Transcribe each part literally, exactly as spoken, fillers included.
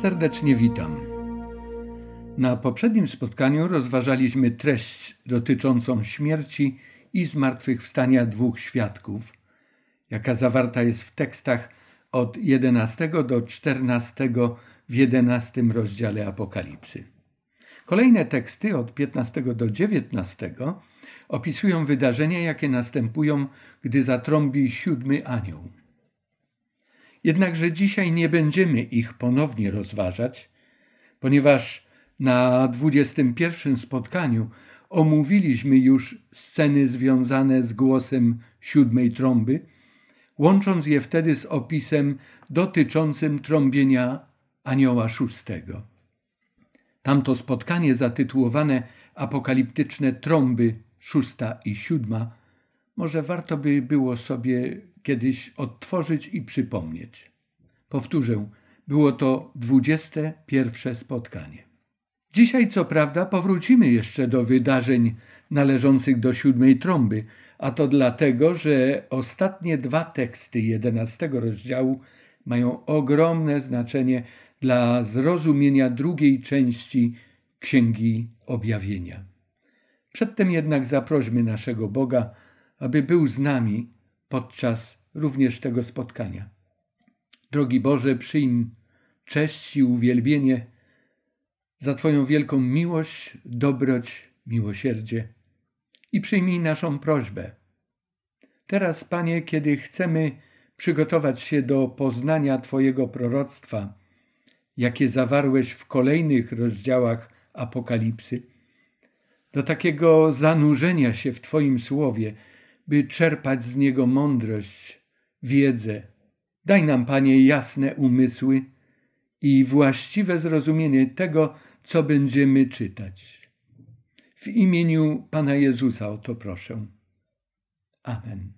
serdecznie witam. Na poprzednim spotkaniu rozważaliśmy treść dotyczącą śmierci i zmartwychwstania dwóch świadków, jaka zawarta jest w tekstach od jedenastego do czternastego w jedenastym rozdziale Apokalipsy. Kolejne teksty od piętnastego do dziewiętnastego opisują wydarzenia, jakie następują, gdy zatrąbi siódmy anioł. Jednakże dzisiaj nie będziemy ich ponownie rozważać, ponieważ na dwudziestym pierwszym spotkaniu omówiliśmy już sceny związane z głosem siódmej trąby, łącząc je wtedy z opisem dotyczącym trąbienia anioła szóstego. Tamto spotkanie zatytułowane Apokaliptyczne trąby szósta i siódma może warto by było sobie kiedyś odtworzyć i przypomnieć. Powtórzę, było to dwudzieste pierwsze spotkanie. Dzisiaj co prawda powrócimy jeszcze do wydarzeń należących do siódmej trąby, a to dlatego, że ostatnie dwa teksty jedenastego rozdziału mają ogromne znaczenie dla zrozumienia drugiej części Księgi Objawienia. Przedtem jednak zaprośmy naszego Boga, aby był z nami podczas również tego spotkania. Drogi Boże, przyjm cześć i uwielbienie za Twoją wielką miłość, dobroć, miłosierdzie i przyjmij naszą prośbę. Teraz, Panie, kiedy chcemy przygotować się do poznania Twojego proroctwa, jakie zawarłeś w kolejnych rozdziałach Apokalipsy, do takiego zanurzenia się w Twoim słowie, by czerpać z niego mądrość, wiedzę. Daj nam, Panie, jasne umysły i właściwe zrozumienie tego, co będziemy czytać. W imieniu Pana Jezusa o to proszę. Amen.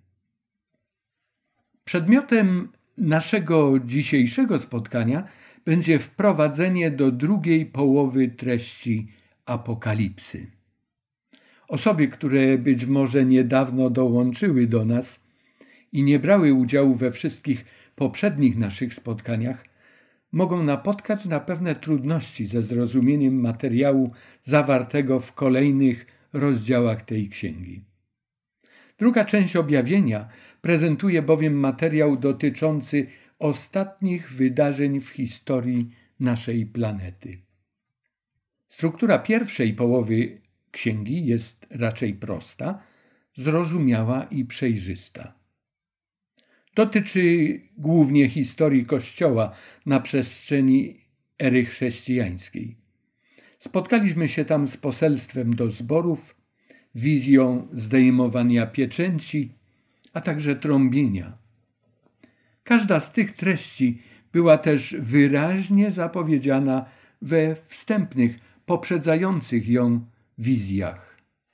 Przedmiotem naszego dzisiejszego spotkania będzie wprowadzenie do drugiej połowy treści Apokalipsy. Osoby, które być może niedawno dołączyły do nas i nie brały udziału we wszystkich poprzednich naszych spotkaniach, mogą napotkać na pewne trudności ze zrozumieniem materiału zawartego w kolejnych rozdziałach tej księgi. Druga część objawienia prezentuje bowiem materiał dotyczący ostatnich wydarzeń w historii naszej planety. Struktura pierwszej połowy księgi jest raczej prosta, zrozumiała i przejrzysta. Dotyczy głównie historii Kościoła na przestrzeni ery chrześcijańskiej. Spotkaliśmy się tam z poselstwem do zborów, wizją zdejmowania pieczęci, a także trąbienia. Każda z tych treści była też wyraźnie zapowiedziana we wstępnych, poprzedzających ją wizjach.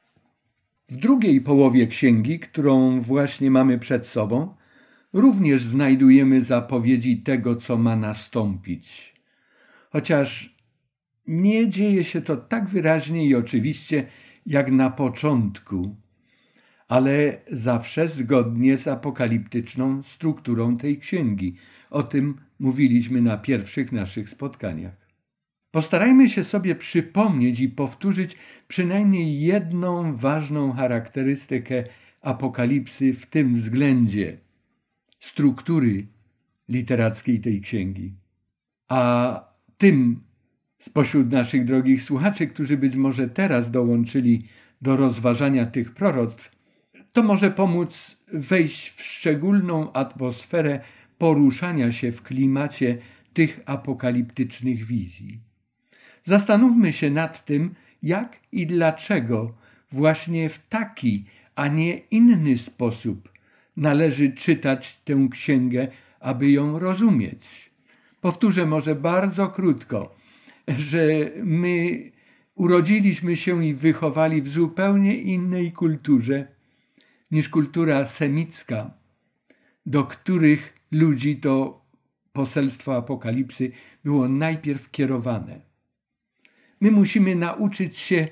W drugiej połowie księgi, którą właśnie mamy przed sobą, również znajdujemy zapowiedzi tego, co ma nastąpić. Chociaż nie dzieje się to tak wyraźnie i oczywiście jak na początku, ale zawsze zgodnie z apokaliptyczną strukturą tej księgi. O tym mówiliśmy na pierwszych naszych spotkaniach. Postarajmy się sobie przypomnieć i powtórzyć przynajmniej jedną ważną charakterystykę Apokalipsy w tym względzie struktury literackiej tej księgi. A tym spośród naszych drogich słuchaczy, którzy być może teraz dołączyli do rozważania tych proroctw, to może pomóc wejść w szczególną atmosferę poruszania się w klimacie tych apokaliptycznych wizji. Zastanówmy się nad tym, jak i dlaczego właśnie w taki, a nie inny sposób należy czytać tę księgę, aby ją rozumieć. Powtórzę może bardzo krótko, że my urodziliśmy się i wychowali w zupełnie innej kulturze niż kultura semicka, do których ludzi to poselstwo Apokalipsy było najpierw kierowane. My musimy nauczyć się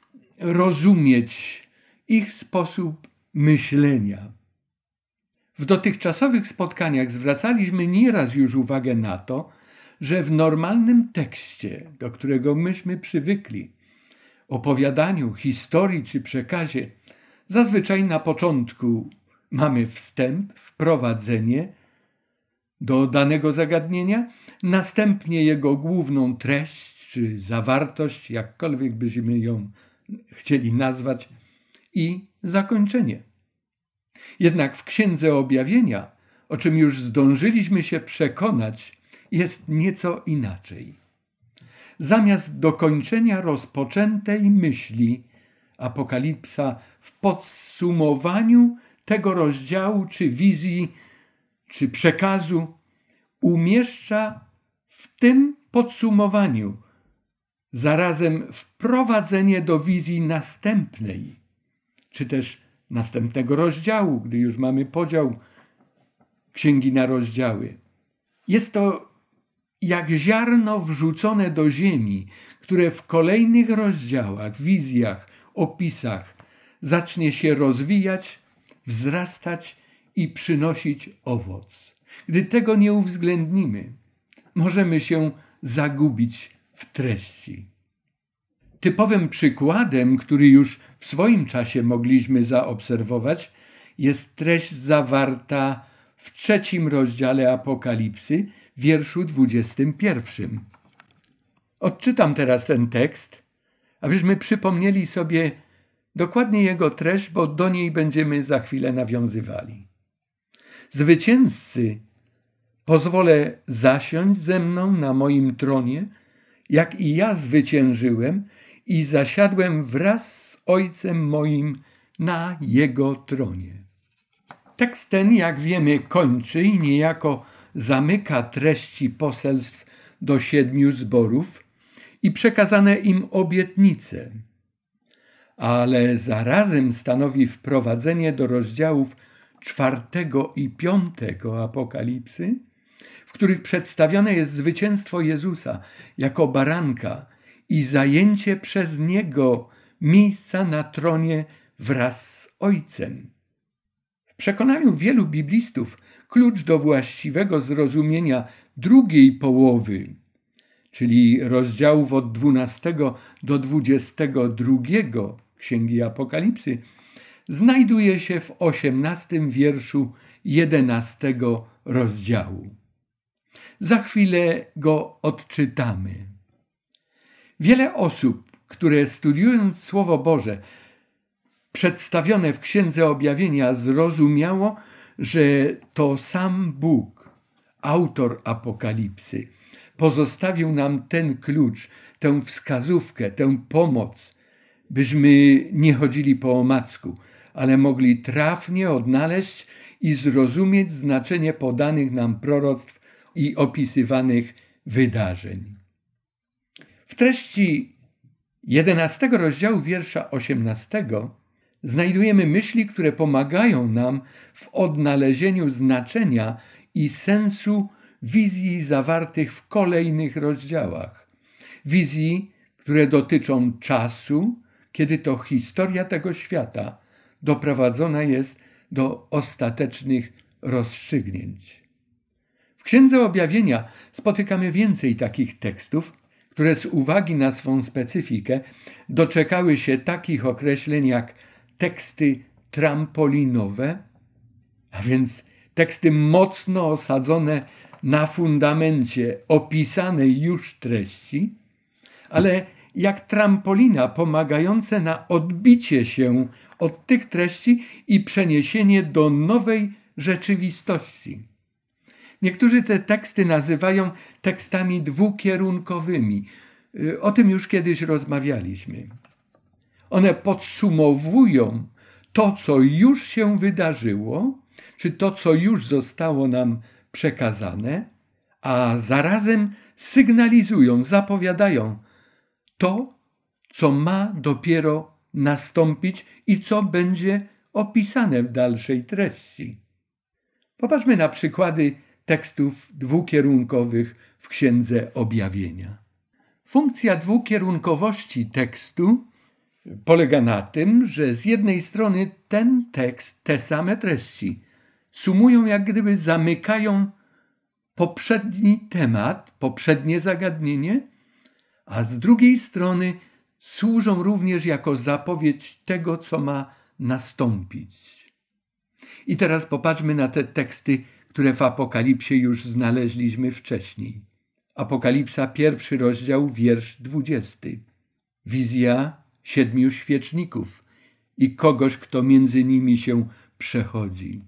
rozumieć ich sposób myślenia. W dotychczasowych spotkaniach zwracaliśmy nieraz już uwagę na to, że w normalnym tekście, do którego myśmy przywykli, opowiadaniu, historii czy przekazie, zazwyczaj na początku mamy wstęp, wprowadzenie do danego zagadnienia, następnie jego główną treść czy zawartość, jakkolwiek byśmy ją chcieli nazwać, i zakończenie. Jednak w Księdze Objawienia, o czym już zdążyliśmy się przekonać, jest nieco inaczej. Zamiast dokończenia rozpoczętej myśli, Apokalipsa w podsumowaniu tego rozdziału, czy wizji, czy przekazu umieszcza w tym podsumowaniu zarazem wprowadzenie do wizji następnej, czy też następnego rozdziału, gdy już mamy podział księgi na rozdziały. Jest to jak ziarno wrzucone do ziemi, które w kolejnych rozdziałach, wizjach, opisach zacznie się rozwijać, wzrastać i przynosić owoc. Gdy tego nie uwzględnimy, możemy się zagubić w treści. Typowym przykładem, który już w swoim czasie mogliśmy zaobserwować, jest treść zawarta w trzecim rozdziale Apokalipsy, wierszu dwudziestym pierwszym. Odczytam teraz ten tekst, abyśmy przypomnieli sobie dokładnie jego treść, bo do niej będziemy za chwilę nawiązywali. Zwycięzcy pozwolę zasiąść ze mną na moim tronie, jak i ja zwyciężyłem i zasiadłem wraz z Ojcem moim na Jego tronie. Tekst ten, jak wiemy, kończy i niejako zamyka treści poselstw do siedmiu zborów i przekazane im obietnice, ale zarazem stanowi wprowadzenie do rozdziałów czwartego i piątego Apokalipsy, w których przedstawione jest zwycięstwo Jezusa jako baranka i zajęcie przez Niego miejsca na tronie wraz z Ojcem. W przekonaniu wielu biblistów klucz do właściwego zrozumienia drugiej połowy, czyli rozdziałów od dwunastego do dwudziestego drugiego Księgi Apokalipsy, znajduje się w osiemnastym wierszu jedenastego rozdziału. Za chwilę go odczytamy. Wiele osób, które studiując Słowo Boże przedstawione w Księdze Objawienia, zrozumiało, że to sam Bóg, autor Apokalipsy, pozostawił nam ten klucz, tę wskazówkę, tę pomoc, byśmy nie chodzili po omacku, ale mogli trafnie odnaleźć i zrozumieć znaczenie podanych nam proroctw i opisywanych wydarzeń. W treści jedenastego rozdziału wiersza osiemnastego znajdujemy myśli, które pomagają nam w odnalezieniu znaczenia i sensu wizji zawartych w kolejnych rozdziałach. Wizji, które dotyczą czasu, kiedy to historia tego świata doprowadzona jest do ostatecznych rozstrzygnięć. W Księdze Objawienia spotykamy więcej takich tekstów, które z uwagi na swą specyfikę doczekały się takich określeń jak teksty trampolinowe, a więc teksty mocno osadzone na fundamencie opisanej już treści, ale jak trampolina pomagające na odbicie się od tych treści i przeniesienie do nowej rzeczywistości. Niektórzy te teksty nazywają tekstami dwukierunkowymi. O tym już kiedyś rozmawialiśmy. One podsumowują to, co już się wydarzyło, czy to, co już zostało nam przekazane, a zarazem sygnalizują, zapowiadają to, co ma dopiero nastąpić i co będzie opisane w dalszej treści. Popatrzmy na przykłady tekstów dwukierunkowych w Księdze Objawienia. Funkcja dwukierunkowości tekstu polega na tym, że z jednej strony ten tekst, te same treści sumują, jak gdyby zamykają poprzedni temat, poprzednie zagadnienie, a z drugiej strony służą również jako zapowiedź tego, co ma nastąpić. I teraz popatrzmy na te teksty, które w Apokalipsie już znaleźliśmy wcześniej. Apokalipsa, pierwszy rozdział, wiersz dwudziesty. Wizja siedmiu świeczników i kogoś, kto między nimi się przechodzi.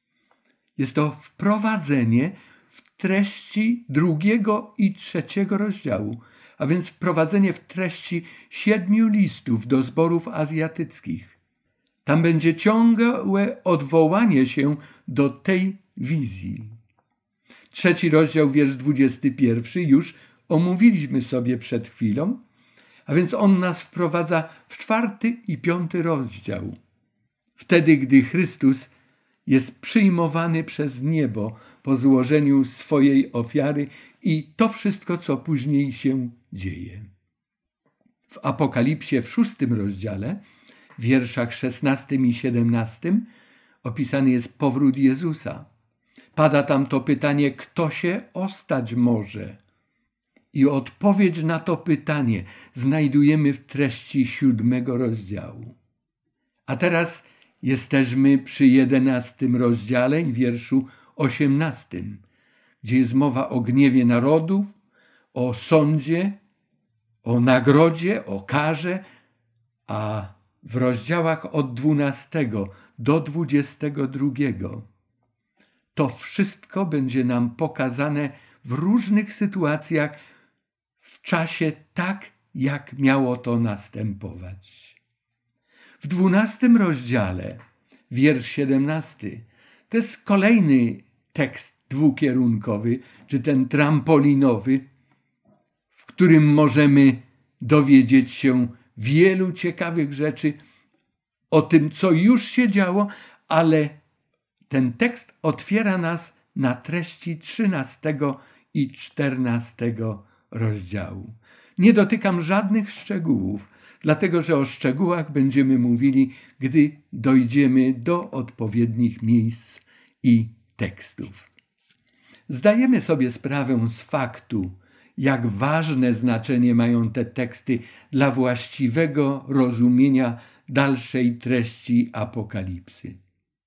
Jest to wprowadzenie w treści drugiego i trzeciego rozdziału, a więc wprowadzenie w treści siedmiu listów do zborów azjatyckich. Tam będzie ciągłe odwołanie się do tej wizji. Trzeci rozdział, wiersz dwudziesty pierwszy, już omówiliśmy sobie przed chwilą, a więc on nas wprowadza w czwarty i piąty rozdział. Wtedy, gdy Chrystus jest przyjmowany przez niebo po złożeniu swojej ofiary i to wszystko, co później się dzieje. W Apokalipsie w szóstym rozdziale, w wierszach szesnastym i siedemnastym, opisany jest powrót Jezusa. Pada tam to pytanie, kto się ostać może? I odpowiedź na to pytanie znajdujemy w treści siódmego rozdziału. A teraz jesteśmy przy jedenastym rozdziale i wierszu osiemnastym, gdzie jest mowa o gniewie narodów, o sądzie, o nagrodzie, o karze, a w rozdziałach od dwunastego do dwudziestego drugiego to wszystko będzie nam pokazane w różnych sytuacjach w czasie tak, jak miało to następować. W dwunastym rozdziale, wiersz siedemnasty, to jest kolejny tekst dwukierunkowy, czy ten trampolinowy, w którym możemy dowiedzieć się wielu ciekawych rzeczy o tym, co już się działo, ale ten tekst otwiera nas na treści trzynastego i czternastego rozdziału. Nie dotykam żadnych szczegółów, dlatego że o szczegółach będziemy mówili, gdy dojdziemy do odpowiednich miejsc i tekstów. Zdajemy sobie sprawę z faktu, jak ważne znaczenie mają te teksty dla właściwego rozumienia dalszej treści Apokalipsy.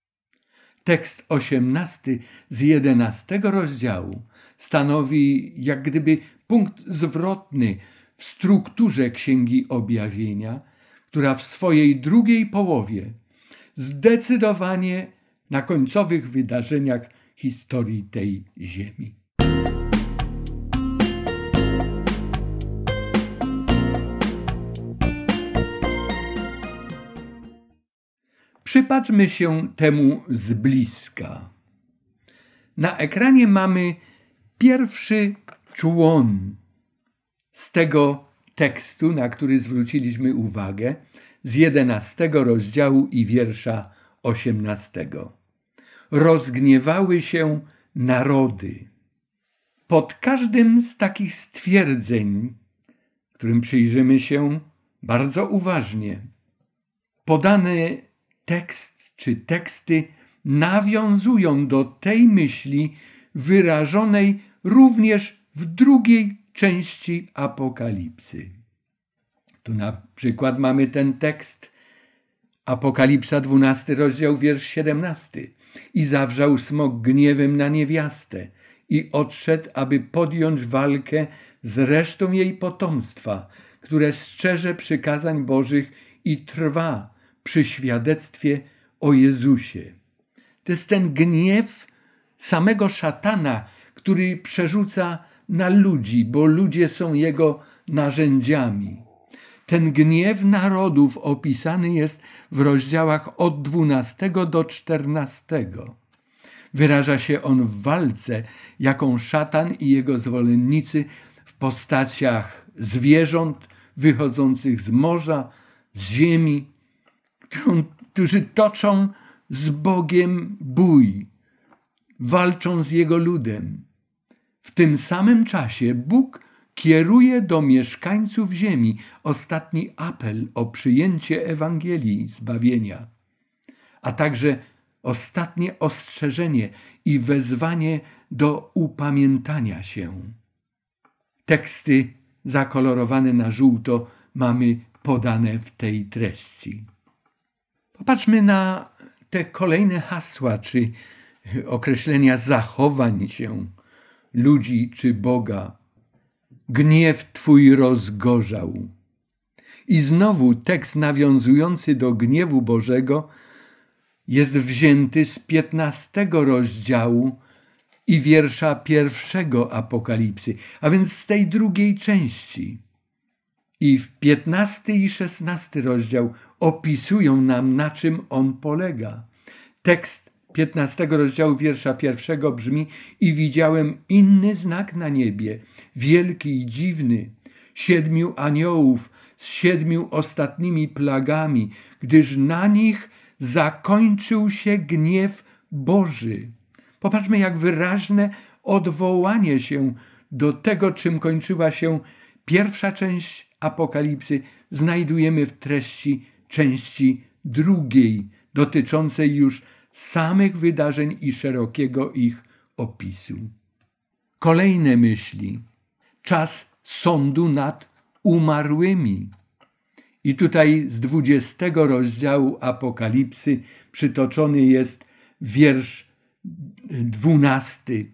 Tekst osiemnasty z jedenastego rozdziału stanowi jak gdyby punkt zwrotny w strukturze Księgi Objawienia, która w swojej drugiej połowie zdecydowanie na końcowych wydarzeniach historii tej ziemi. Przypatrzmy się temu z bliska. Na ekranie mamy pierwszy człon z tego tekstu, na który zwróciliśmy uwagę, z jedenastego rozdziału i wiersza osiemnastego. Rozgniewały się narody. Pod każdym z takich stwierdzeń, którym przyjrzymy się bardzo uważnie, podany tekst czy teksty nawiązują do tej myśli wyrażonej również w drugiej części Apokalipsy. Tu na przykład mamy ten tekst Apokalipsa dwunasty rozdział, wiersz siedemnasty. I zawrzał smok gniewem na niewiastę i odszedł, aby podjąć walkę z resztą jej potomstwa, które strzeże przykazań Bożych i trwa przy świadectwie o Jezusie. To jest ten gniew samego szatana, który przerzuca na ludzi, bo ludzie są jego narzędziami. Ten gniew narodów opisany jest w rozdziałach od dwunastego do czternastego. Wyraża się on w walce, jaką szatan i jego zwolennicy w postaciach zwierząt wychodzących z morza, z ziemi, którzy toczą z Bogiem bój, walczą z Jego ludem. W tym samym czasie Bóg kieruje do mieszkańców ziemi ostatni apel o przyjęcie Ewangelii zbawienia, a także ostatnie ostrzeżenie i wezwanie do upamiętania się. Teksty zakolorowane na żółto mamy podane w tej treści. Popatrzmy na te kolejne hasła, czy określenia zachowań się ludzi czy Boga. Gniew Twój rozgorzał. I znowu tekst nawiązujący do gniewu Bożego jest wzięty z piętnastego rozdziału i wiersza pierwszego Apokalipsy, a więc z tej drugiej części. I w piętnasty i szesnasty rozdział opisują nam, na czym on polega. Tekst piętnastego rozdziału wiersza pierwszego brzmi: i widziałem inny znak na niebie, wielki i dziwny, siedmiu aniołów z siedmiu ostatnimi plagami, gdyż na nich zakończył się gniew Boży. Popatrzmy, jak wyraźne odwołanie się do tego, czym kończyła się pierwsza część Apokalipsy, znajdujemy w treści części drugiej, dotyczącej już samych wydarzeń i szerokiego ich opisu. Kolejne myśli. Czas sądu nad umarłymi. I tutaj z dwudziestego rozdziału Apokalipsy przytoczony jest wiersz dwunasty.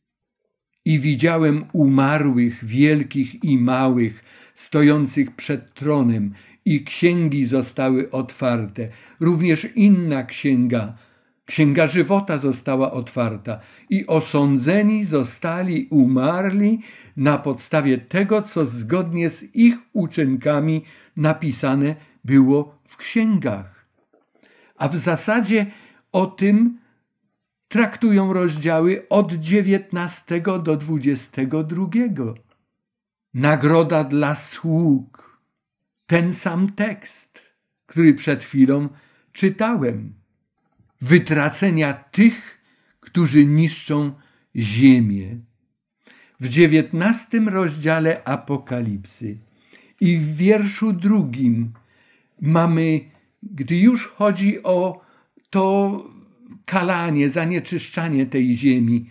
I widziałem umarłych, wielkich i małych, stojących przed tronem, i księgi zostały otwarte. Również inna księga, księga żywota, została otwarta i osądzeni zostali umarli na podstawie tego, co zgodnie z ich uczynkami napisane było w księgach. A w zasadzie o tym traktują rozdziały od dziewiętnastego do dwudziestego drugiego. Nagroda dla sług. Ten sam tekst, który przed chwilą czytałem. Wytracenia tych, którzy niszczą ziemię. W dziewiętnastym rozdziale Apokalipsy i w wierszu drugim mamy, gdy już chodzi o to kalanie, zanieczyszczanie tej ziemi,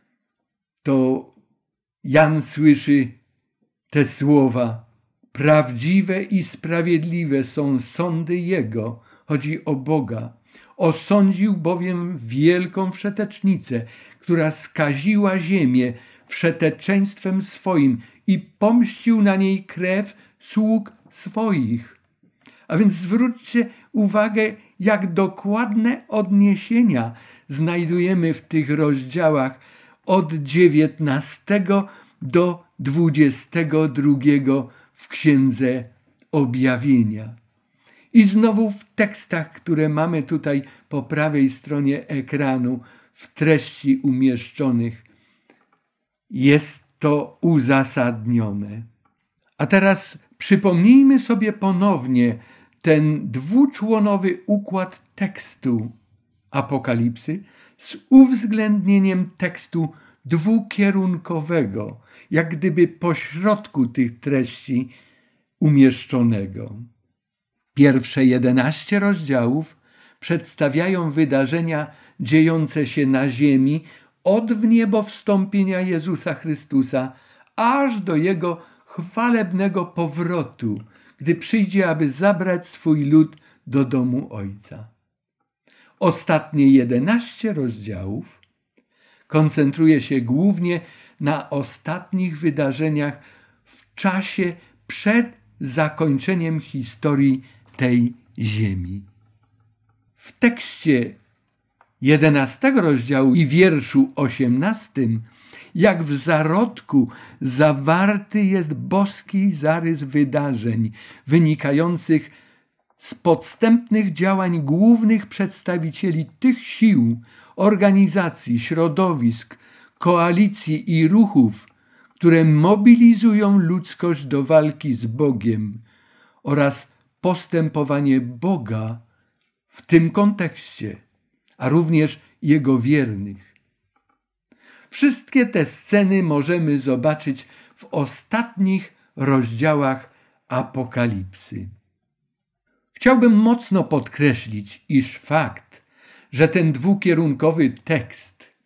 to Jan słyszy te słowa: prawdziwe i sprawiedliwe są sądy Jego, chodzi o Boga. Osądził bowiem wielką wszetecznicę, która skaziła ziemię wszeteczeństwem swoim i pomścił na niej krew sług swoich. A więc zwróćcie uwagę, jak dokładne odniesienia znajdujemy w tych rozdziałach od dziewiętnastego do dwudziestego drugiego w Księdze Objawienia. I znowu w tekstach, które mamy tutaj po prawej stronie ekranu, w treści umieszczonych, jest to uzasadnione. A teraz przypomnijmy sobie ponownie ten dwuczłonowy układ tekstu Apokalipsy z uwzględnieniem tekstu dwukierunkowego, jak gdyby pośrodku tych treści umieszczonego. Pierwsze jedenaście rozdziałów przedstawiają wydarzenia dziejące się na ziemi od wniebowstąpienia Jezusa Chrystusa aż do Jego chwalebnego powrotu, gdy przyjdzie, aby zabrać swój lud do domu Ojca. Ostatnie jedenaście rozdziałów koncentruje się głównie na ostatnich wydarzeniach w czasie przed zakończeniem historii tej ziemi. W tekście jedenastego rozdziału i wierszu osiemnastym, jak w zarodku, zawarty jest boski zarys wydarzeń wynikających z podstępnych działań głównych przedstawicieli tych sił, organizacji, środowisk, koalicji i ruchów, które mobilizują ludzkość do walki z Bogiem, oraz postępowanie Boga w tym kontekście, a również Jego wiernych. Wszystkie te sceny możemy zobaczyć w ostatnich rozdziałach Apokalipsy. Chciałbym mocno podkreślić, iż fakt, że ten dwukierunkowy tekst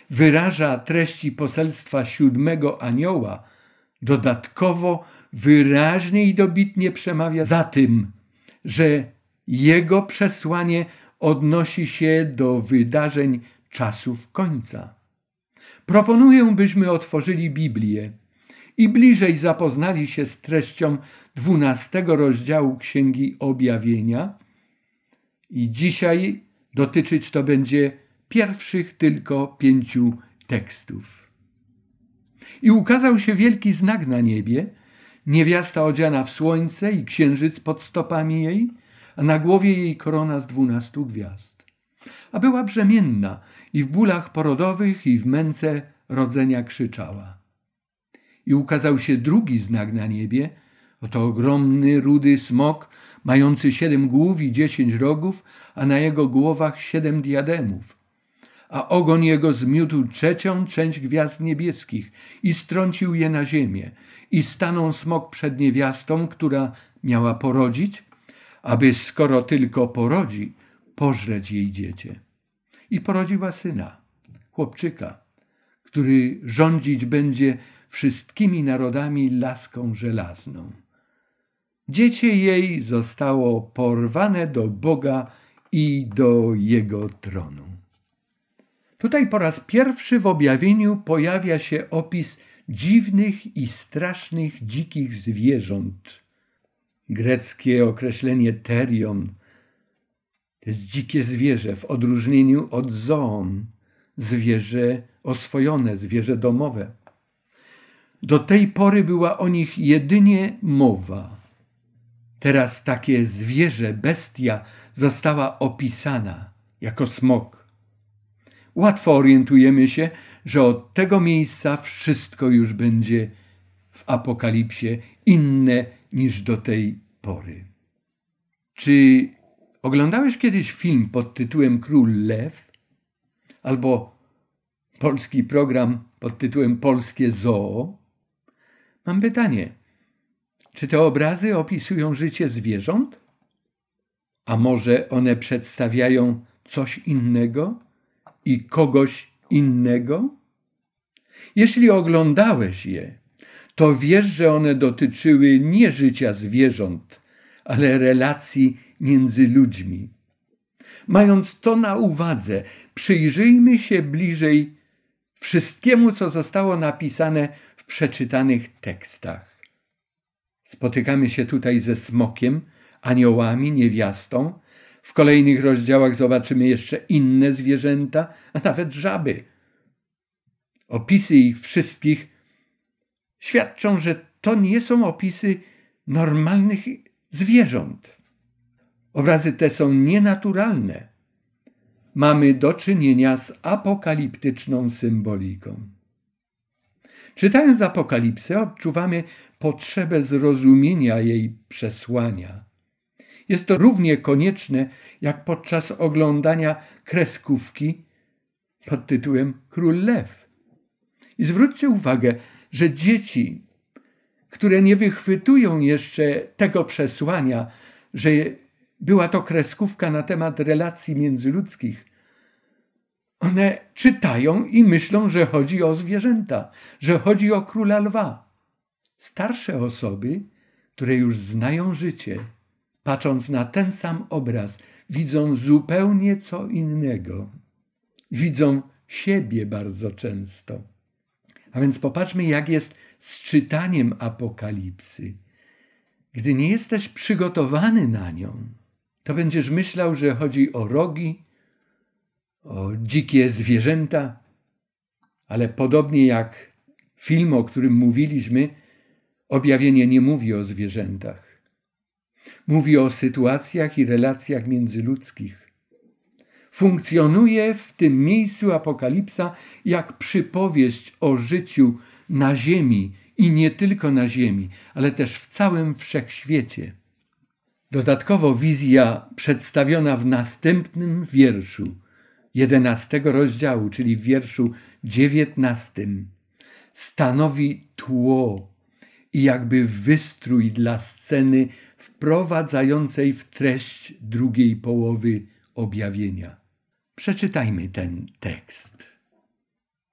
wyraża treści poselstwa siódmego anioła, dodatkowo wyraźnie i dobitnie przemawia za tym, że jego przesłanie odnosi się do wydarzeń czasów końca. Proponuję, byśmy otworzyli Biblię i bliżej zapoznali się z treścią dwunastego rozdziału Księgi Objawienia. I dzisiaj dotyczyć to będzie pierwszych tylko pięciu tekstów. I ukazał się wielki znak na niebie, niewiasta odziana w słońce i księżyc pod stopami jej, a na głowie jej korona z dwunastu gwiazd. A była brzemienna i w bólach porodowych i w męce rodzenia krzyczała. I ukazał się drugi znak na niebie, oto ogromny, rudy smok, mający siedem głów i dziesięć rogów, a na jego głowach siedem diademów. A ogon jego zmiótł trzecią część gwiazd niebieskich i strącił je na ziemię. I stanął smok przed niewiastą, która miała porodzić, aby skoro tylko porodzi, pożreć jej dziecię. I porodziła syna, chłopczyka, który rządzić będzie wszystkimi narodami laską żelazną. Dziecię jej zostało porwane do Boga i do Jego tronu. Tutaj po raz pierwszy w objawieniu pojawia się opis dziwnych i strasznych dzikich zwierząt. Greckie określenie terion to jest dzikie zwierzę w odróżnieniu od zoon, zwierzę oswojone, zwierzę domowe. Do tej pory była o nich jedynie mowa. Teraz takie zwierzę, bestia, została opisana jako smok. Łatwo orientujemy się, że od tego miejsca wszystko już będzie w Apokalipsie inne niż do tej pory. Czy oglądałeś kiedyś film pod tytułem Król Lew? Albo polski program pod tytułem Polskie Zoo? Mam pytanie. Czy te obrazy opisują życie zwierząt? A może one przedstawiają coś innego i kogoś innego? Jeśli oglądałeś je, to wiesz, że one dotyczyły nie życia zwierząt, ale relacji między ludźmi. Mając to na uwadze, przyjrzyjmy się bliżej wszystkiemu, co zostało napisane w przeczytanych tekstach. Spotykamy się tutaj ze smokiem, aniołami, niewiastą. W kolejnych rozdziałach zobaczymy jeszcze inne zwierzęta, a nawet żaby. Opisy ich wszystkich świadczą, że to nie są opisy normalnych zwierząt. Obrazy te są nienaturalne. Mamy do czynienia z apokaliptyczną symboliką. Czytając Apokalipsę, odczuwamy potrzebę zrozumienia jej przesłania. Jest to równie konieczne, jak podczas oglądania kreskówki pod tytułem Król Lew. I zwróćcie uwagę, że dzieci, które nie wychwytują jeszcze tego przesłania, że była to kreskówka na temat relacji międzyludzkich, one czytają i myślą, że chodzi o zwierzęta, że chodzi o króla lwa. Starsze osoby, które już znają życie, patrząc na ten sam obraz, widzą zupełnie co innego. Widzą siebie bardzo często. A więc popatrzmy, jak jest z czytaniem Apokalipsy. Gdy nie jesteś przygotowany na nią, to będziesz myślał, że chodzi o rogi, o dzikie zwierzęta, ale podobnie jak film, o którym mówiliśmy, objawienie nie mówi o zwierzętach. Mówi o sytuacjach i relacjach międzyludzkich. Funkcjonuje w tym miejscu Apokalipsa jak przypowieść o życiu na ziemi i nie tylko na ziemi, ale też w całym wszechświecie. Dodatkowo wizja przedstawiona w następnym wierszu jedenastego rozdziału, czyli w wierszu dziewiętnastym, stanowi tło i jakby wystrój dla sceny wprowadzającej w treść drugiej połowy objawienia. Przeczytajmy ten tekst.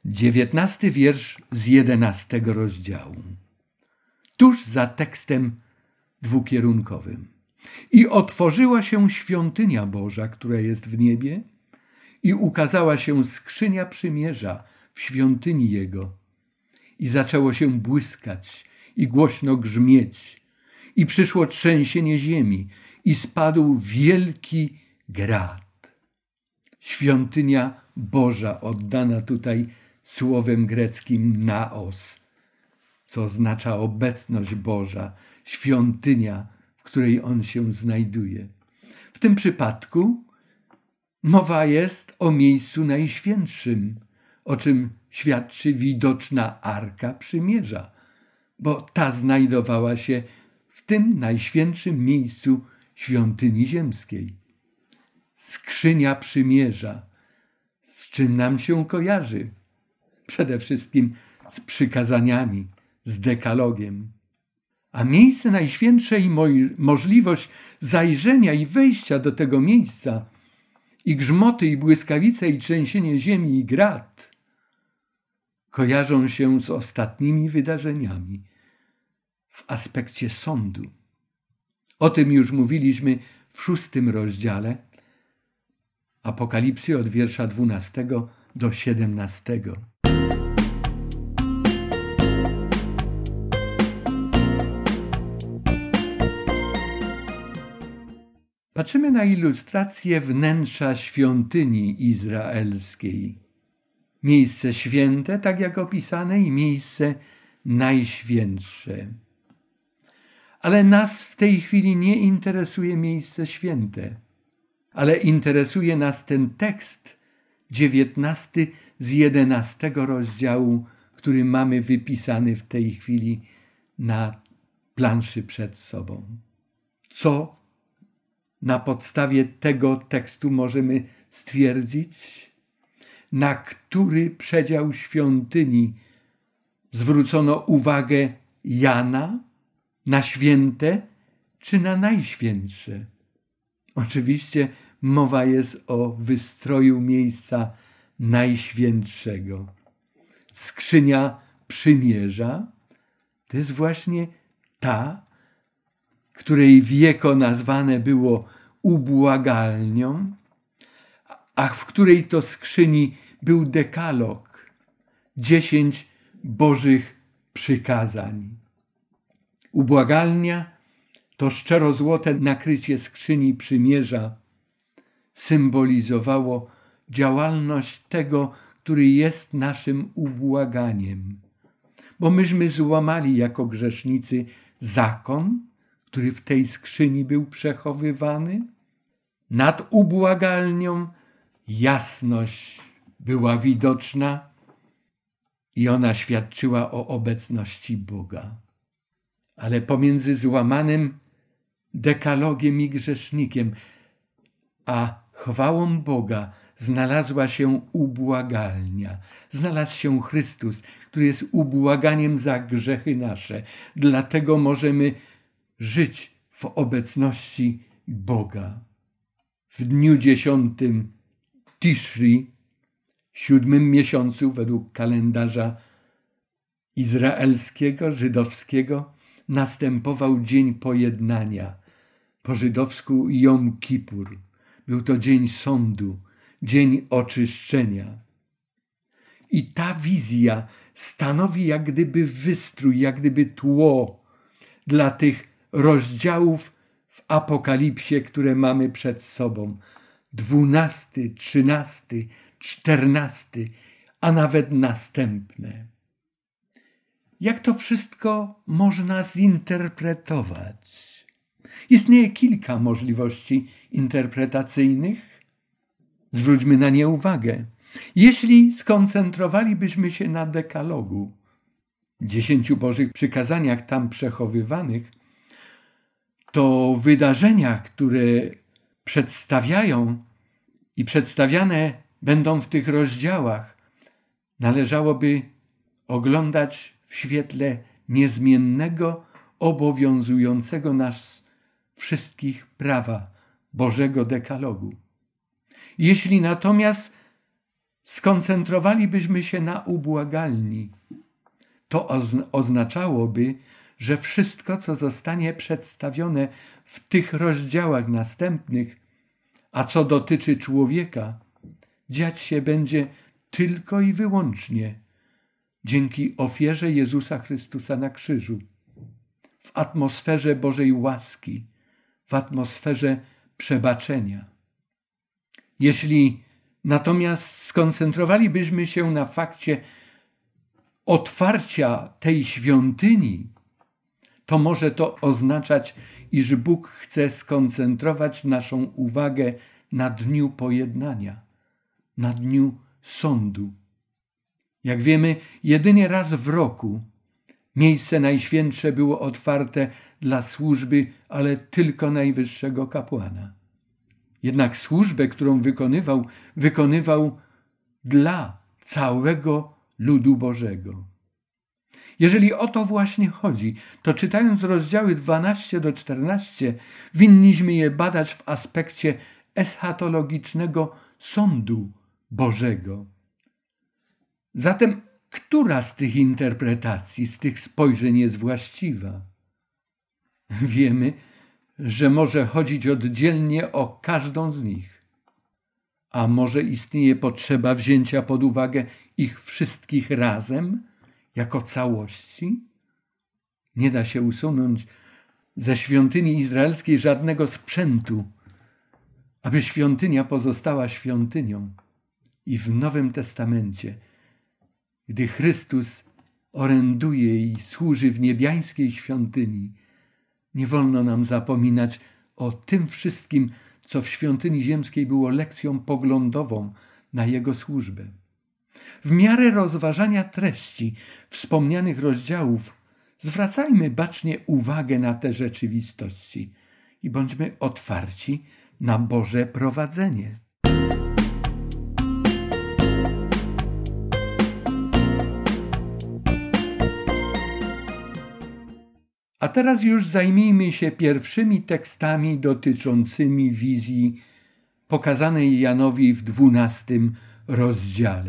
Dziewiętnasty wiersz z jedenastego rozdziału. Tuż za tekstem dwukierunkowym. I otworzyła się świątynia Boża, która jest w niebie, i ukazała się skrzynia przymierza w świątyni Jego. I zaczęło się błyskać i głośno grzmieć. I przyszło trzęsienie ziemi i spadł wielki grad. Świątynia Boża, oddana tutaj słowem greckim naos, co oznacza obecność Boża, świątynia, w której On się znajduje. W tym przypadku mowa jest o miejscu najświętszym, o czym świadczy widoczna Arka Przymierza, bo ta znajdowała się w tym najświętszym miejscu świątyni ziemskiej. Skrzynia Przymierza, z czym nam się kojarzy? Przede wszystkim z przykazaniami, z dekalogiem. A miejsce najświętsze i możliwość zajrzenia i wejścia do tego miejsca, i grzmoty, i błyskawice, i trzęsienie ziemi, i grad kojarzą się z ostatnimi wydarzeniami w aspekcie sądu. O tym już mówiliśmy w szóstym rozdziale Apokalipsy od wiersza dwunastego do siedemnastego. Patrzymy na ilustrację wnętrza świątyni izraelskiej. Miejsce święte, tak jak opisane, i miejsce najświętsze. Ale nas w tej chwili nie interesuje miejsce święte, ale interesuje nas ten tekst dziewiętnasty z jedenastego rozdziału, który mamy wypisany w tej chwili na planszy przed sobą. Co na podstawie tego tekstu możemy stwierdzić? Na który przedział świątyni zwrócono uwagę Jana? Na święte czy na najświętsze? Oczywiście mowa jest o wystroju miejsca najświętszego. Skrzynia przymierza to jest właśnie ta, której wieko nazwane było ubłagalnią, a w której to skrzyni był dekalog, dziesięć Bożych przykazań. Ubłagalnia to szczerozłote nakrycie skrzyni przymierza symbolizowało działalność tego, który jest naszym ubłaganiem. Bo myśmy złamali jako grzesznicy zakon, który w tej skrzyni był przechowywany. Nad ubłagalnią jasność była widoczna i ona świadczyła o obecności Boga. Ale pomiędzy złamanym dekalogiem i grzesznikiem a chwałą Boga znalazła się ubłagalnia. Znalazł się Chrystus, który jest ubłaganiem za grzechy nasze. Dlatego możemy żyć w obecności Boga. W dniu dziesiątym Tishri, siódmym miesiącu według kalendarza izraelskiego, żydowskiego, następował dzień pojednania, po żydowsku Jom Kippur. Był to dzień sądu, dzień oczyszczenia. I ta wizja stanowi jak gdyby wystrój, jak gdyby tło dla tych rozdziałów w Apokalipsie, które mamy przed sobą. Dwunasty, trzynasty, czternasty, a nawet następne. Jak to wszystko można zinterpretować? Istnieje kilka możliwości interpretacyjnych. Zwróćmy na nie uwagę. Jeśli skoncentrowalibyśmy się na dekalogu, dziesięciu Bożych przykazaniach tam przechowywanych, to wydarzenia, które przedstawiają i przedstawiane będą w tych rozdziałach, należałoby oglądać w świetle niezmiennego, obowiązującego nas wszystkich prawa Bożego dekalogu. Jeśli natomiast skoncentrowalibyśmy się na ubłagalni, to oznaczałoby, że wszystko, co zostanie przedstawione w tych rozdziałach następnych, a co dotyczy człowieka, dziać się będzie tylko i wyłącznie dzięki ofierze Jezusa Chrystusa na krzyżu, w atmosferze Bożej łaski, w atmosferze przebaczenia. Jeśli natomiast skoncentrowalibyśmy się na fakcie otwarcia tej świątyni, to może to oznaczać, iż Bóg chce skoncentrować naszą uwagę na dniu pojednania, na dniu sądu. Jak wiemy, jedynie raz w roku miejsce najświętsze było otwarte dla służby, ale tylko najwyższego kapłana. Jednak służbę, którą wykonywał, wykonywał dla całego ludu Bożego. Jeżeli o to właśnie chodzi, to czytając rozdziały dwanaście do czternastu, winniśmy je badać w aspekcie eschatologicznego sądu Bożego. Zatem, która z tych interpretacji, z tych spojrzeń jest właściwa? Wiemy, że może chodzić oddzielnie o każdą z nich, a może istnieje potrzeba wzięcia pod uwagę ich wszystkich razem, jako całości? Nie da się usunąć ze świątyni izraelskiej żadnego sprzętu, aby świątynia pozostała świątynią. I w Nowym Testamencie, gdy Chrystus oręduje i służy w niebiańskiej świątyni, nie wolno nam zapominać o tym wszystkim, co w świątyni ziemskiej było lekcją poglądową na Jego służbę. W miarę rozważania treści wspomnianych rozdziałów zwracajmy bacznie uwagę na te rzeczywistości i bądźmy otwarci na Boże prowadzenie. A teraz już zajmijmy się pierwszymi tekstami dotyczącymi wizji pokazanej Janowi w dwunastym rozdziale.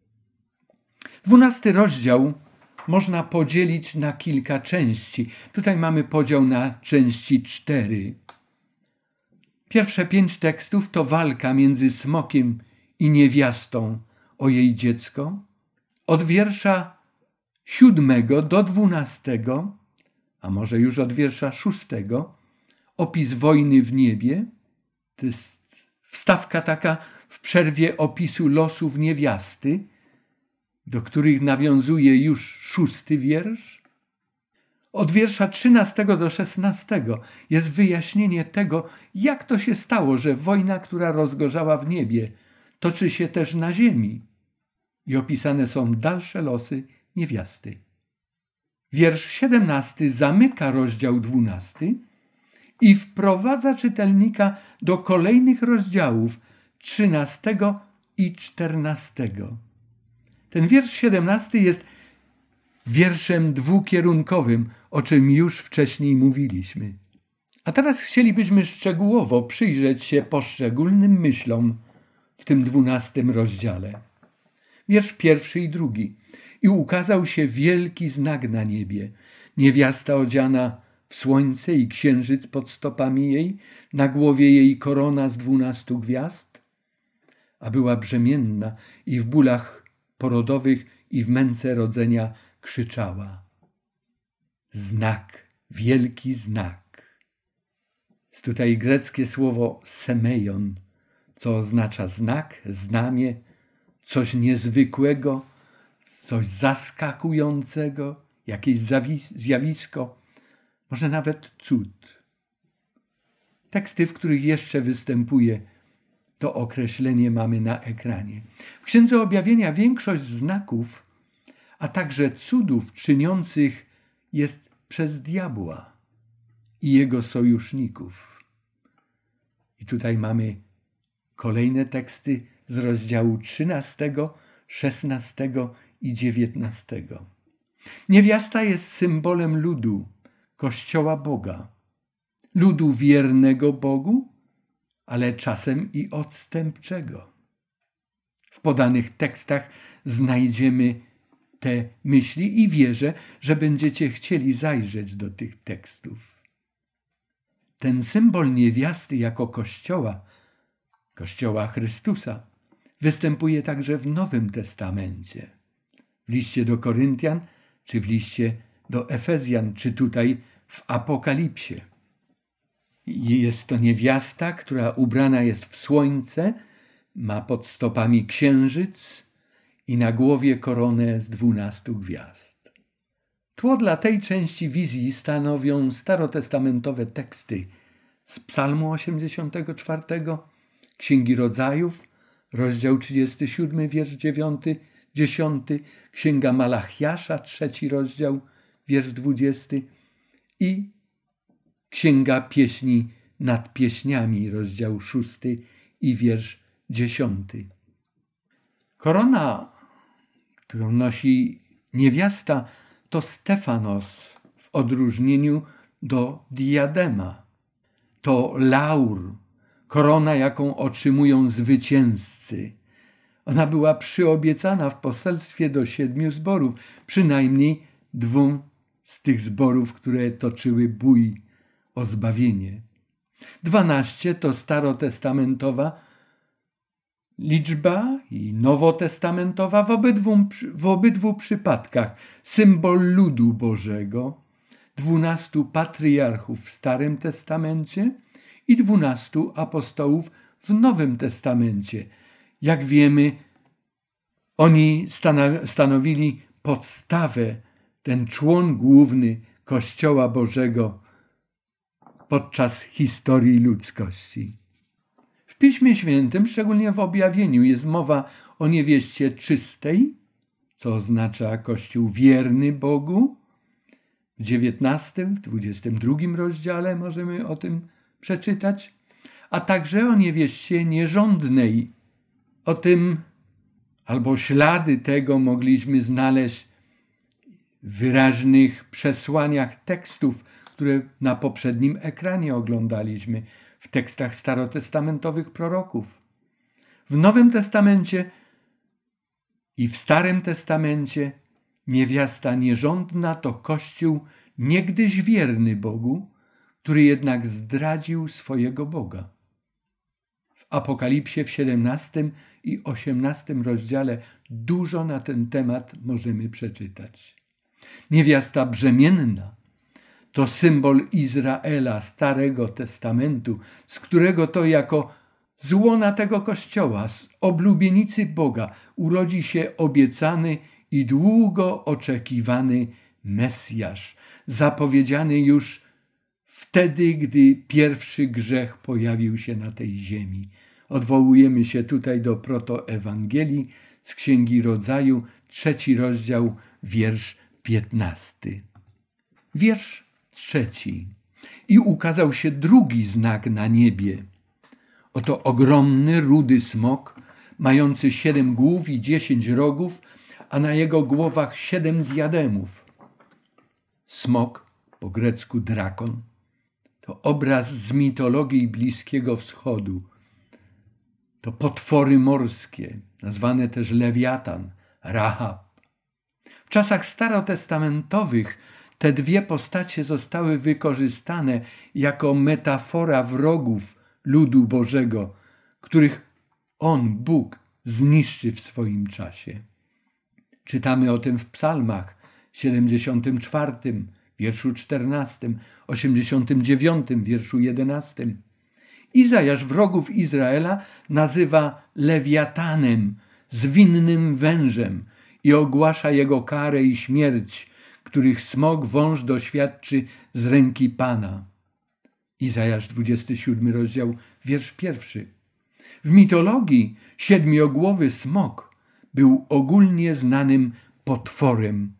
Dwunasty rozdział można podzielić na kilka części. Tutaj mamy podział na części cztery. Pierwsze pięć tekstów to walka między smokiem i niewiastą o jej dziecko. Od wiersza siódmego do dwunastego, a może już od wiersza szóstego, opis wojny w niebie. To jest wstawka taka w przerwie opisu losów niewiasty, do których nawiązuje już szósty wiersz. Od wiersza trzynastego do szesnastego jest wyjaśnienie tego, jak to się stało, że wojna, która rozgorzała w niebie, toczy się też na ziemi. I opisane są dalsze losy niewiasty. Wiersz siedemnasty zamyka rozdział dwunasty i wprowadza czytelnika do kolejnych rozdziałów trzynastego i czternastego. Ten wiersz siedemnasty jest wierszem dwukierunkowym, o czym już wcześniej mówiliśmy. A teraz chcielibyśmy szczegółowo przyjrzeć się poszczególnym myślom w tym dwunastym rozdziale. Wiersz pierwszy i drugi. I ukazał się wielki znak na niebie. Niewiasta odziana w słońce i księżyc pod stopami jej, na głowie jej korona z dwunastu gwiazd, a była brzemienna i w bólach porodowych i w męce rodzenia krzyczała. Znak, wielki znak. Jest tutaj greckie słowo semeion, co oznacza znak, znamie, coś niezwykłego, coś zaskakującego, jakieś zjawisko, może nawet cud. Teksty, w których jeszcze występuje to określenie, mamy na ekranie. W Księdze Objawienia większość znaków, a także cudów czyniących jest przez diabła i jego sojuszników. I tutaj mamy kolejne teksty z rozdziału trzynastego, szesnastego i dziewiętnastego. Niewiasta jest symbolem ludu, Kościoła Boga. Ludu wiernego Bogu, ale czasem i odstępczego. W podanych tekstach znajdziemy te myśli i wierzę, że będziecie chcieli zajrzeć do tych tekstów. Ten symbol niewiasty jako Kościoła, Kościoła Chrystusa, występuje także w Nowym Testamencie. W liście do Koryntian, czy w liście do Efezjan, czy tutaj w Apokalipsie. Jest to niewiasta, która ubrana jest w słońce, ma pod stopami księżyc i na głowie koronę z dwunastu gwiazd. Tło dla tej części wizji stanowią starotestamentowe teksty z Psalmu osiemdziesiątego czwartego, Księgi Rodzajów, rozdział trzydziesty siódmy, wiersz dziewiąty, dziesiąty, Księga Malachiasza, trzeci rozdział, wiersz dwudziesty i Księga Pieśni nad Pieśniami, rozdział szósty i wiersz dziesiąty. Korona, którą nosi niewiasta, to Stefanos w odróżnieniu do diadema. To laur, korona, jaką otrzymują zwycięzcy. Ona była przyobiecana w poselstwie do siedmiu zborów, przynajmniej dwóm z tych zborów, które toczyły bój o zbawienie. Dwanaście to starotestamentowa liczba i nowotestamentowa w obydwu, w obydwu przypadkach symbol ludu Bożego, dwunastu patriarchów w Starym Testamencie i dwunastu apostołów w Nowym Testamencie. Jak wiemy, oni stanowili podstawę, ten człon główny Kościoła Bożego podczas historii ludzkości. W Piśmie Świętym, szczególnie w Objawieniu, jest mowa o niewieście czystej, co oznacza Kościół wierny Bogu. W dziewiętnastym, w dwudziestym drugim rozdziale możemy o tym przeczytać, a także o niewieście nierządnej. O tym albo ślady tego mogliśmy znaleźć w wyraźnych przesłaniach tekstów, które na poprzednim ekranie oglądaliśmy, w tekstach starotestamentowych proroków. W Nowym Testamencie i w Starym Testamencie niewiasta nierządna to Kościół niegdyś wierny Bogu, który jednak zdradził swojego Boga. W Apokalipsie w siedemnastym i osiemnastym rozdziale dużo na ten temat możemy przeczytać. Niewiasta brzemienna to symbol Izraela Starego Testamentu, z którego to jako z łona tego Kościoła, z oblubienicy Boga urodzi się obiecany i długo oczekiwany Mesjasz, zapowiedziany już wtedy, gdy pierwszy grzech pojawił się na tej ziemi. Odwołujemy się tutaj do protoewangelii z Księgi Rodzaju, trzeci rozdział, wiersz piętnasty. Wiersz trzeci. I ukazał się drugi znak na niebie. Oto ogromny, rudy smok, mający siedem głów i dziesięć rogów, a na jego głowach siedem diademów. Smok, po grecku drakon, to obraz z mitologii Bliskiego Wschodu. To potwory morskie, nazwane też Lewiatan, Rahab. W czasach starotestamentowych te dwie postacie zostały wykorzystane jako metafora wrogów ludu Bożego, których On, Bóg, zniszczy w swoim czasie. Czytamy o tym w psalmach siedemdziesiątym czwartym, wierszu czternastym, osiemdziesiątym dziewiątym, wierszu jedenastym. Izajasz wrogów Izraela nazywa Lewiatanem, zwinnym wężem i ogłasza jego karę i śmierć, których smok wąż doświadczy z ręki Pana. Izajasz dwudziesty siódmy rozdział, wiersz pierwszy. W mitologii siedmiogłowy smok był ogólnie znanym potworem.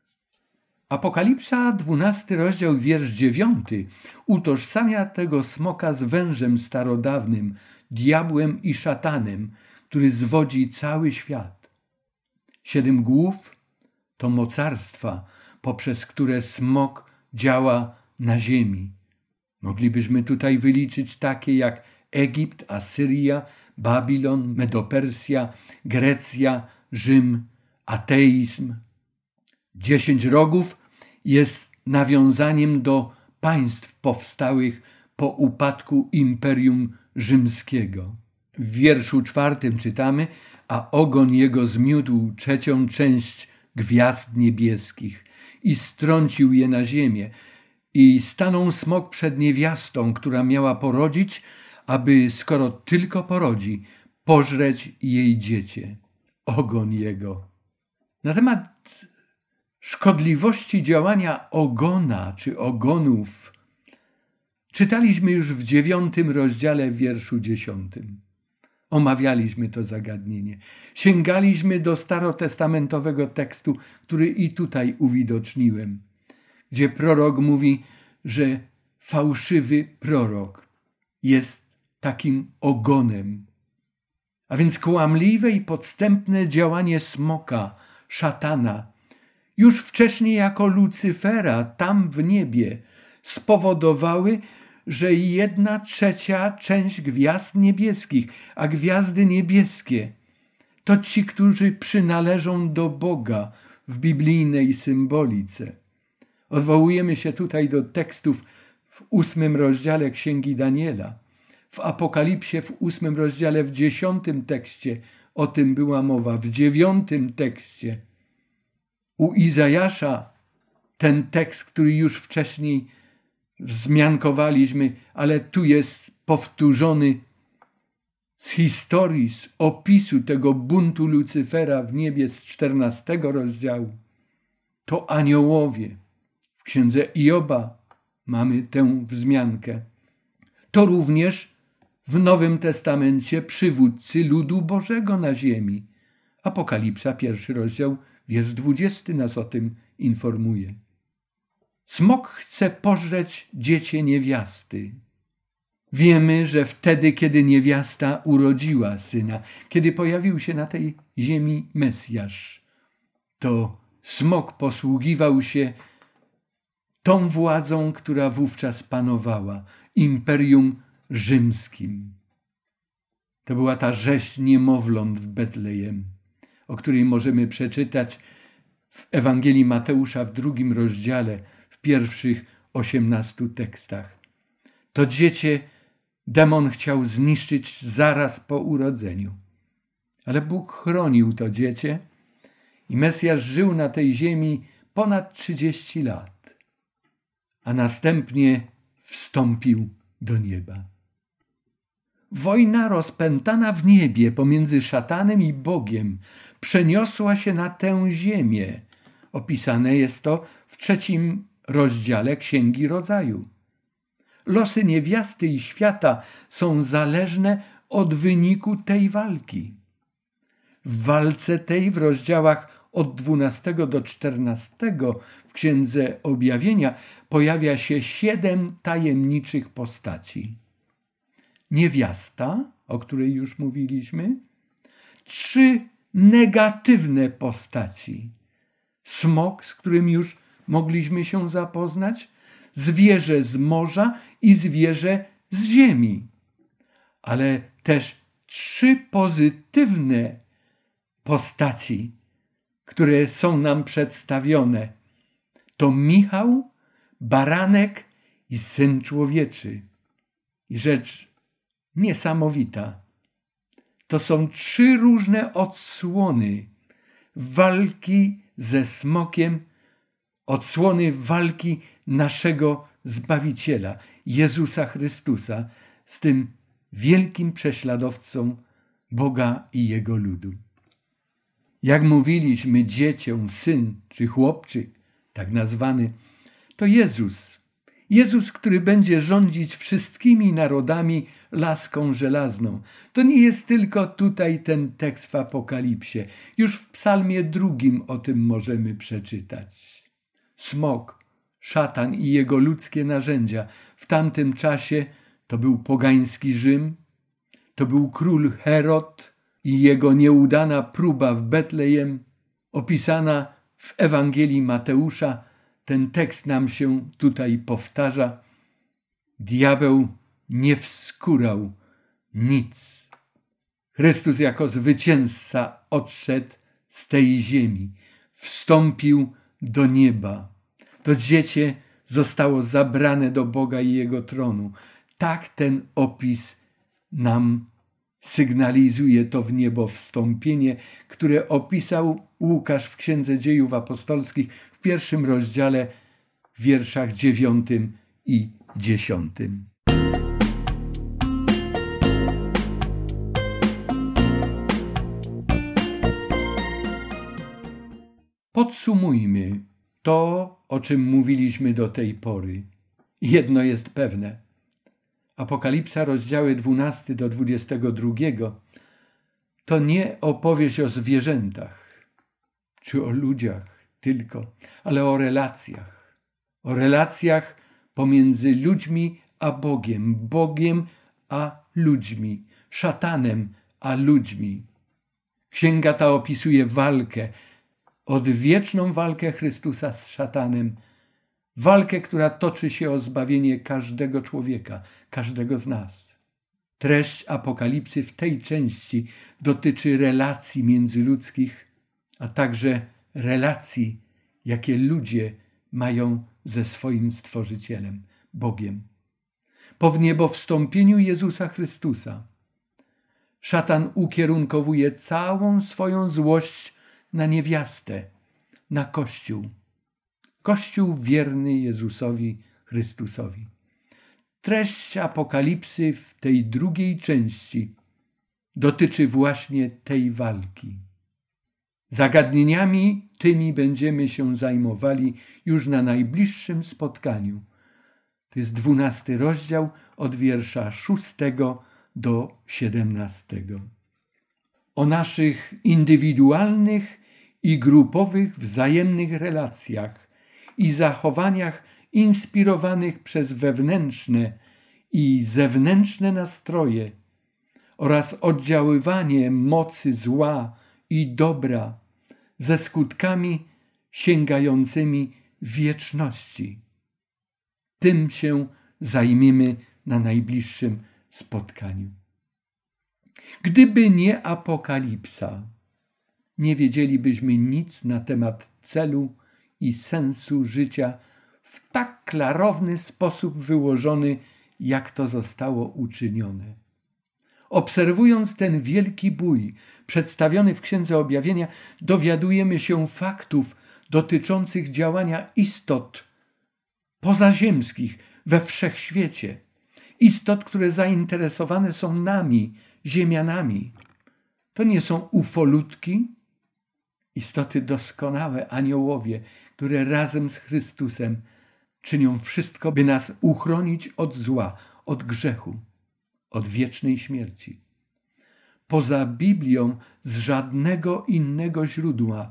Apokalipsa, dwunasty rozdział, wiersz dziewiąty, utożsamia tego smoka z wężem starodawnym, diabłem i szatanem, który zwodzi cały świat. Siedem głów to mocarstwa, poprzez które smok działa na ziemi. Moglibyśmy tutaj wyliczyć takie jak Egipt, Asyria, Babilon, Medopersja, Grecja, Rzym, ateizm. Dziesięć rogów jest nawiązaniem do państw powstałych po upadku Imperium Rzymskiego. W wierszu czwartym czytamy: a ogon jego zmiótł trzecią część gwiazd niebieskich i strącił je na ziemię. I stanął smok przed niewiastą, która miała porodzić, aby, skoro tylko porodzi, pożreć jej dziecię. Ogon jego. Na temat szkodliwości działania ogona czy ogonów czytaliśmy już w dziewiątym rozdziale w wierszu dziesiątym. Omawialiśmy to zagadnienie. Sięgaliśmy do starotestamentowego tekstu, który i tutaj uwidoczniłem, gdzie prorok mówi, że fałszywy prorok jest takim ogonem. A więc kłamliwe i podstępne działanie smoka, szatana, już wcześniej jako Lucyfera tam w niebie spowodowały, że jedna trzecia część gwiazd niebieskich, a gwiazdy niebieskie to ci, którzy przynależą do Boga w biblijnej symbolice. Odwołujemy się tutaj do tekstów w ósmym rozdziale Księgi Daniela. W Apokalipsie w ósmym rozdziale, w dziesiątym tekście o tym była mowa. W dziewiątym tekście u Izajasza ten tekst, który już wcześniej wzmiankowaliśmy, ale tu jest powtórzony z historii, z opisu tego buntu Lucyfera w niebie z czternastego rozdziału. To aniołowie. W księdze Ioba mamy tę wzmiankę. To również w Nowym Testamencie przywódcy ludu Bożego na ziemi. Apokalipsa, pierwszy rozdział, wiersz dwudziesty nas o tym informuje. Smok chce pożreć dziecię niewiasty. Wiemy, że wtedy, kiedy niewiasta urodziła syna, kiedy pojawił się na tej ziemi Mesjasz, to smok posługiwał się tą władzą, która wówczas panowała, Imperium Rzymskim. To była ta rzeź niemowląt w Betlejem, o której możemy przeczytać w Ewangelii Mateusza w drugim rozdziale, w pierwszych osiemnastu tekstach. To dziecię demon chciał zniszczyć zaraz po urodzeniu. Ale Bóg chronił to dziecię i Mesjasz żył na tej ziemi ponad trzydzieści lat, a następnie wstąpił do nieba. Wojna rozpętana w niebie pomiędzy szatanem i Bogiem przeniosła się na tę ziemię. Opisane jest to w trzecim rozdziale Księgi Rodzaju. Losy niewiasty i świata są zależne od wyniku tej walki. W walce tej w rozdziałach od dwunastego do czternastego w Księdze Objawienia pojawia się siedem tajemniczych postaci. Niewiasta, o której już mówiliśmy, trzy negatywne postaci. Smok, z którym już mogliśmy się zapoznać, zwierzę z morza i zwierzę z ziemi. Ale też trzy pozytywne postaci, które są nam przedstawione. To Michał, Baranek i Syn Człowieczy. I rzecz niesamowita. To są trzy różne odsłony walki ze smokiem, odsłony walki naszego Zbawiciela, Jezusa Chrystusa, z tym wielkim prześladowcą Boga i Jego ludu. Jak mówiliśmy, dziecię, syn czy chłopczyk, tak nazwany, to Jezus. Jezus, który będzie rządzić wszystkimi narodami laską żelazną. To nie jest tylko tutaj ten tekst w Apokalipsie. Już w psalmie drugim o tym możemy przeczytać. Smok, szatan i jego ludzkie narzędzia w tamtym czasie to był pogański Rzym, to był król Herod i jego nieudana próba w Betlejem, opisana w Ewangelii Mateusza. Ten tekst nam się tutaj powtarza. Diabeł nie wskórał nic. Chrystus jako zwycięzca odszedł z tej ziemi, wstąpił do nieba. To dziecię zostało zabrane do Boga i Jego tronu. Tak ten opis nam sygnalizuje to w niebo wstąpienie, które opisał Łukasz w Księdze Dziejów Apostolskich w pierwszym rozdziale, w wierszach dziewiątym i dziesiątym. Podsumujmy to, o czym mówiliśmy do tej pory. Jedno jest pewne. Apokalipsa, rozdziały dwunasty do dwudziestego drugiego, to nie opowieść o zwierzętach czy o ludziach tylko, ale o relacjach. O relacjach pomiędzy ludźmi a Bogiem, Bogiem a ludźmi, szatanem a ludźmi. Księga ta opisuje walkę, odwieczną walkę Chrystusa z szatanem, walkę, która toczy się o zbawienie każdego człowieka, każdego z nas. Treść Apokalipsy w tej części dotyczy relacji międzyludzkich, a także relacji, jakie ludzie mają ze swoim Stworzycielem, Bogiem. Po wniebowstąpieniu Jezusa Chrystusa szatan ukierunkowuje całą swoją złość na niewiastę, na Kościół. Kościół wierny Jezusowi Chrystusowi. Treść Apokalipsy w tej drugiej części dotyczy właśnie tej walki. Zagadnieniami tymi będziemy się zajmowali już na najbliższym spotkaniu. To jest dwunasty rozdział od wiersza szóstego do siedemnastego. O naszych indywidualnych i grupowych wzajemnych relacjach i zachowaniach inspirowanych przez wewnętrzne i zewnętrzne nastroje oraz oddziaływanie mocy zła i dobra ze skutkami sięgającymi wieczności. Tym się zajmiemy na najbliższym spotkaniu. Gdyby nie Apokalipsa, nie wiedzielibyśmy nic na temat celu i sensu życia w tak klarowny sposób wyłożony, jak to zostało uczynione. Obserwując ten wielki bój przedstawiony w Księdze Objawienia, dowiadujemy się faktów dotyczących działania istot pozaziemskich we wszechświecie. Istot, które zainteresowane są nami, ziemianami. To nie są ufolutki, istoty doskonałe, aniołowie, które razem z Chrystusem czynią wszystko, by nas uchronić od zła, od grzechu, od wiecznej śmierci. Poza Biblią z żadnego innego źródła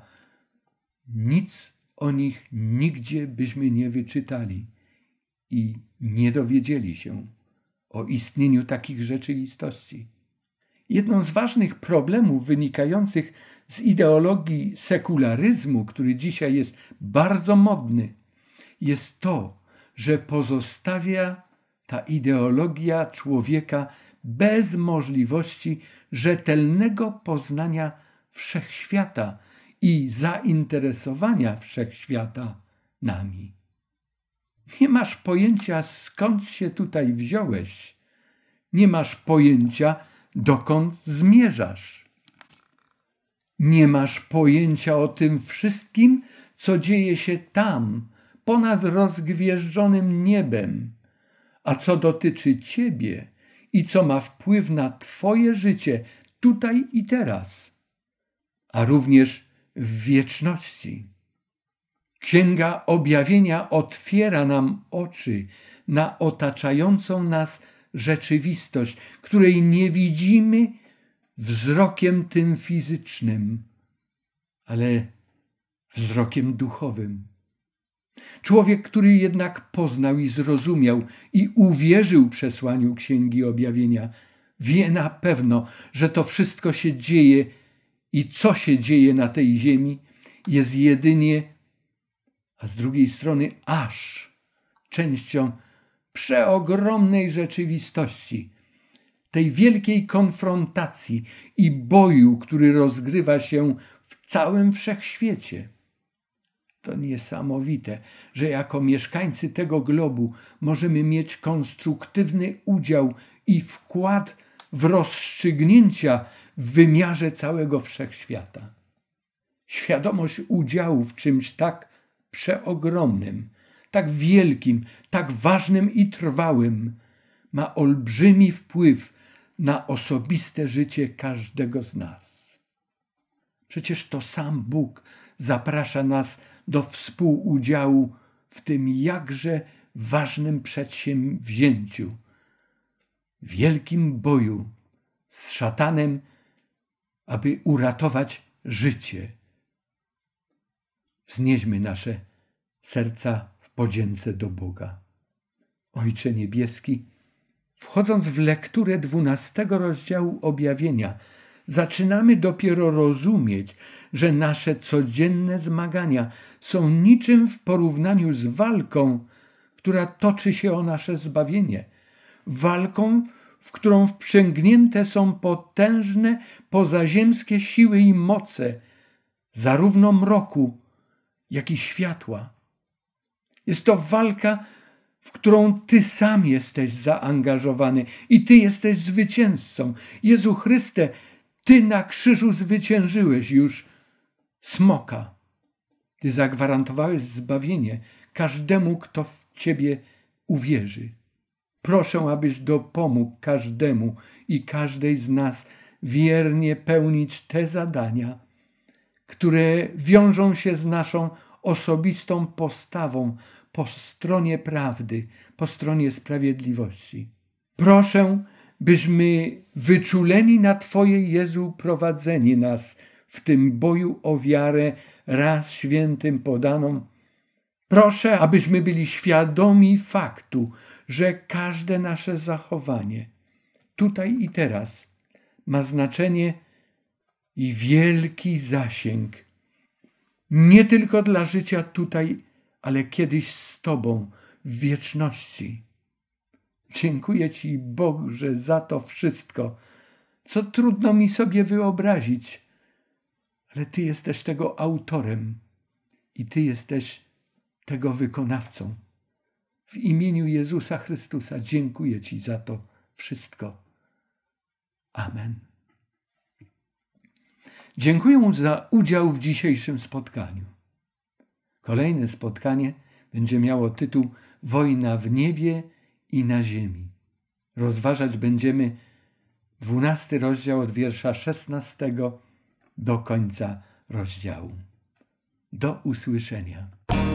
nic o nich nigdzie byśmy nie wyczytali i nie dowiedzieli się o istnieniu takich rzeczywistości. Jedną z ważnych problemów wynikających z ideologii sekularyzmu, który dzisiaj jest bardzo modny, jest to, że pozostawia ta ideologia człowieka bez możliwości rzetelnego poznania wszechświata i zainteresowania wszechświata nami. Nie masz pojęcia, skąd się tutaj wziąłeś. Nie masz pojęcia, dokąd zmierzasz. Nie masz pojęcia o tym wszystkim, co dzieje się tam, ponad rozgwieżdżonym niebem, a co dotyczy ciebie i co ma wpływ na twoje życie tutaj i teraz, a również w wieczności. Księga Objawienia otwiera nam oczy na otaczającą nas rzeczywistość, której nie widzimy wzrokiem tym fizycznym, ale wzrokiem duchowym. Człowiek, który jednak poznał i zrozumiał i uwierzył przesłaniu Księgi Objawienia, wie na pewno, że to wszystko się dzieje i co się dzieje na tej ziemi jest jedynie, a z drugiej strony aż częścią przeogromnej rzeczywistości, tej wielkiej konfrontacji i boju, który rozgrywa się w całym wszechświecie. To niesamowite, że jako mieszkańcy tego globu możemy mieć konstruktywny udział i wkład w rozstrzygnięcia w wymiarze całego wszechświata. Świadomość udziału w czymś tak przeogromnym, tak wielkim, tak ważnym i trwałym ma olbrzymi wpływ na osobiste życie każdego z nas. Przecież to sam Bóg zaprasza nas do współudziału w tym jakże ważnym przedsięwzięciu, wielkim boju z szatanem, aby uratować życie. Wznieśmy nasze serca w podzięce do Boga. Ojcze Niebieski, wchodząc w lekturę dwunastego rozdziału Objawienia, zaczynamy dopiero rozumieć, że nasze codzienne zmagania są niczym w porównaniu z walką, która toczy się o nasze zbawienie. Walką, w którą wprzęgnięte są potężne, pozaziemskie siły i moce, zarówno mroku, jak i światła. Jest to walka, w którą Ty sam jesteś zaangażowany i Ty jesteś zwycięzcą. Jezu Chryste, Ty na krzyżu zwyciężyłeś już smoka. Ty zagwarantowałeś zbawienie każdemu, kto w Ciebie uwierzy. Proszę, abyś dopomógł każdemu i każdej z nas wiernie pełnić te zadania, które wiążą się z naszą osobistą postawą po stronie prawdy, po stronie sprawiedliwości. Proszę, byśmy wyczuleni na Twoje, Jezu, prowadzenie nas w tym boju o wiarę raz świętym podaną. Proszę, abyśmy byli świadomi faktu, że każde nasze zachowanie tutaj i teraz ma znaczenie i wielki zasięg. Nie tylko dla życia tutaj, ale kiedyś z Tobą w wieczności. Dziękuję Ci, Boże, za to wszystko, co trudno mi sobie wyobrazić, ale Ty jesteś tego autorem i Ty jesteś tego wykonawcą. W imieniu Jezusa Chrystusa dziękuję Ci za to wszystko. Amen. Dziękuję mu za udział w dzisiejszym spotkaniu. Kolejne spotkanie będzie miało tytuł Wojna w niebie i na ziemi. Rozważać będziemy dwunasty rozdział od wiersza szesnastego do końca rozdziału. Do usłyszenia.